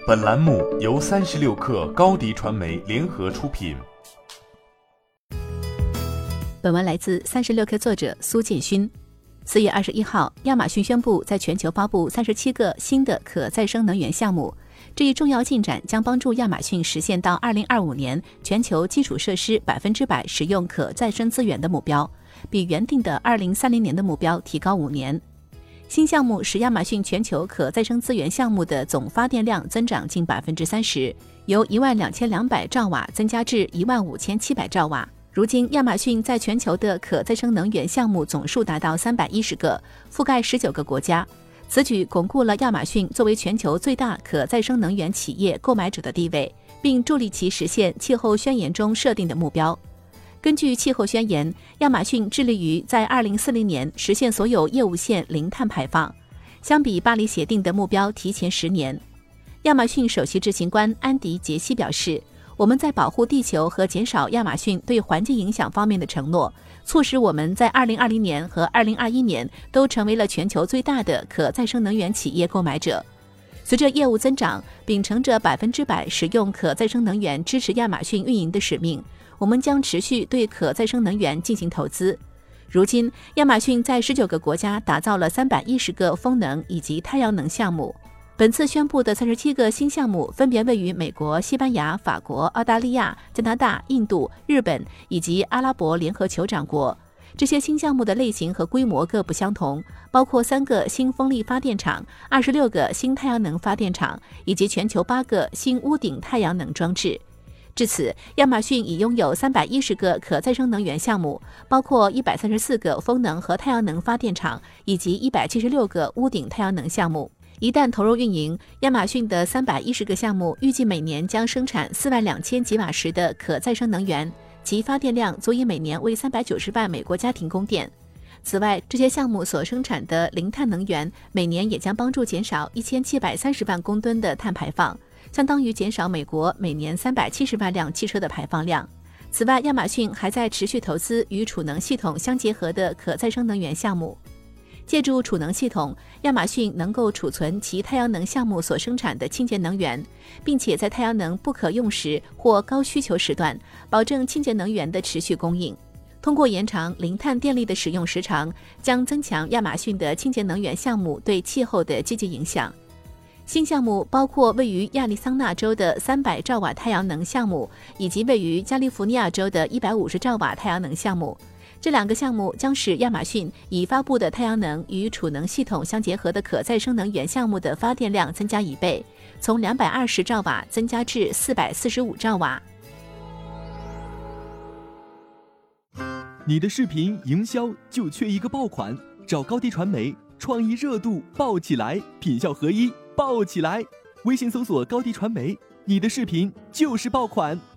本栏目由36氪高迪传媒联合出品。 本文来自36氪作者苏建勋。4月21号，亚马逊宣布在全球发布37个新的可再生能源项目。这一重要进展将帮助亚马逊实现到2025年全球基础设施100%使用可再生资源的目标，比原定的2030年的目标提高5年。新项目使亚马逊全球可再生资源项目的总发电量增长近 30%， 由12200兆瓦增加至15700兆瓦。如今，亚马逊在全球的可再生能源项目总数达到310个，覆盖19个国家。此举巩固了亚马逊作为全球最大可再生能源企业购买者的地位，并助力其实现气候宣言中设定的目标。根据气候宣言，亚马逊致力于在2040年实现所有业务线零碳排放，相比巴黎协定的目标提前10年。亚马逊首席执行官安迪·杰西表示，我们在保护地球和减少亚马逊对环境影响方面的承诺，促使我们在2020年和2021年都成为了全球最大的可再生能源企业购买者。随着业务增长，秉承着100%使用可再生能源支持亚马逊运营的使命，我们将持续对可再生能源进行投资。如今，亚马逊在19个国家打造了310个风能以及太阳能项目。本次宣布的37个新项目分别位于美国、西班牙、法国、澳大利亚、加拿大、印度、日本以及阿拉伯联合酋长国。这些新项目的类型和规模各不相同，包括3个新风力发电厂、26个新太阳能发电厂，以及全球8个新屋顶太阳能装置。至此，亚马逊已拥有310个可再生能源项目，包括134个风能和太阳能发电厂，以及176个屋顶太阳能项目。一旦投入运营，亚马逊的310个项目预计每年将生产42000吉瓦时的可再生能源，其发电量足以每年为390万美国家庭供电。此外，这些项目所生产的零碳能源每年也将帮助减少1730万公吨的碳排放，相当于减少美国每年370万辆汽车的排放量。此外，亚马逊还在持续投资与储能系统相结合的可再生能源项目。借助储能系统，亚马逊能够储存其太阳能项目所生产的清洁能源，并且在太阳能不可用时或高需求时段，保证清洁能源的持续供应。通过延长零碳电力的使用时长，将增强亚马逊的清洁能源项目对气候的积极影响。新项目包括位于亚利桑那州的300兆瓦太阳能项目，以及位于加利福尼亚州的150兆瓦太阳能项目。这2个项目将使亚马逊已发布的太阳能与储能系统相结合的可再生能源项目的发电量增加1倍，从220兆瓦增加至445兆瓦。 你的视频营销就缺一个爆款，找高迪传媒，创意热度爆起来，品效合一爆起来。微信搜索高迪传媒，你的视频就是爆款。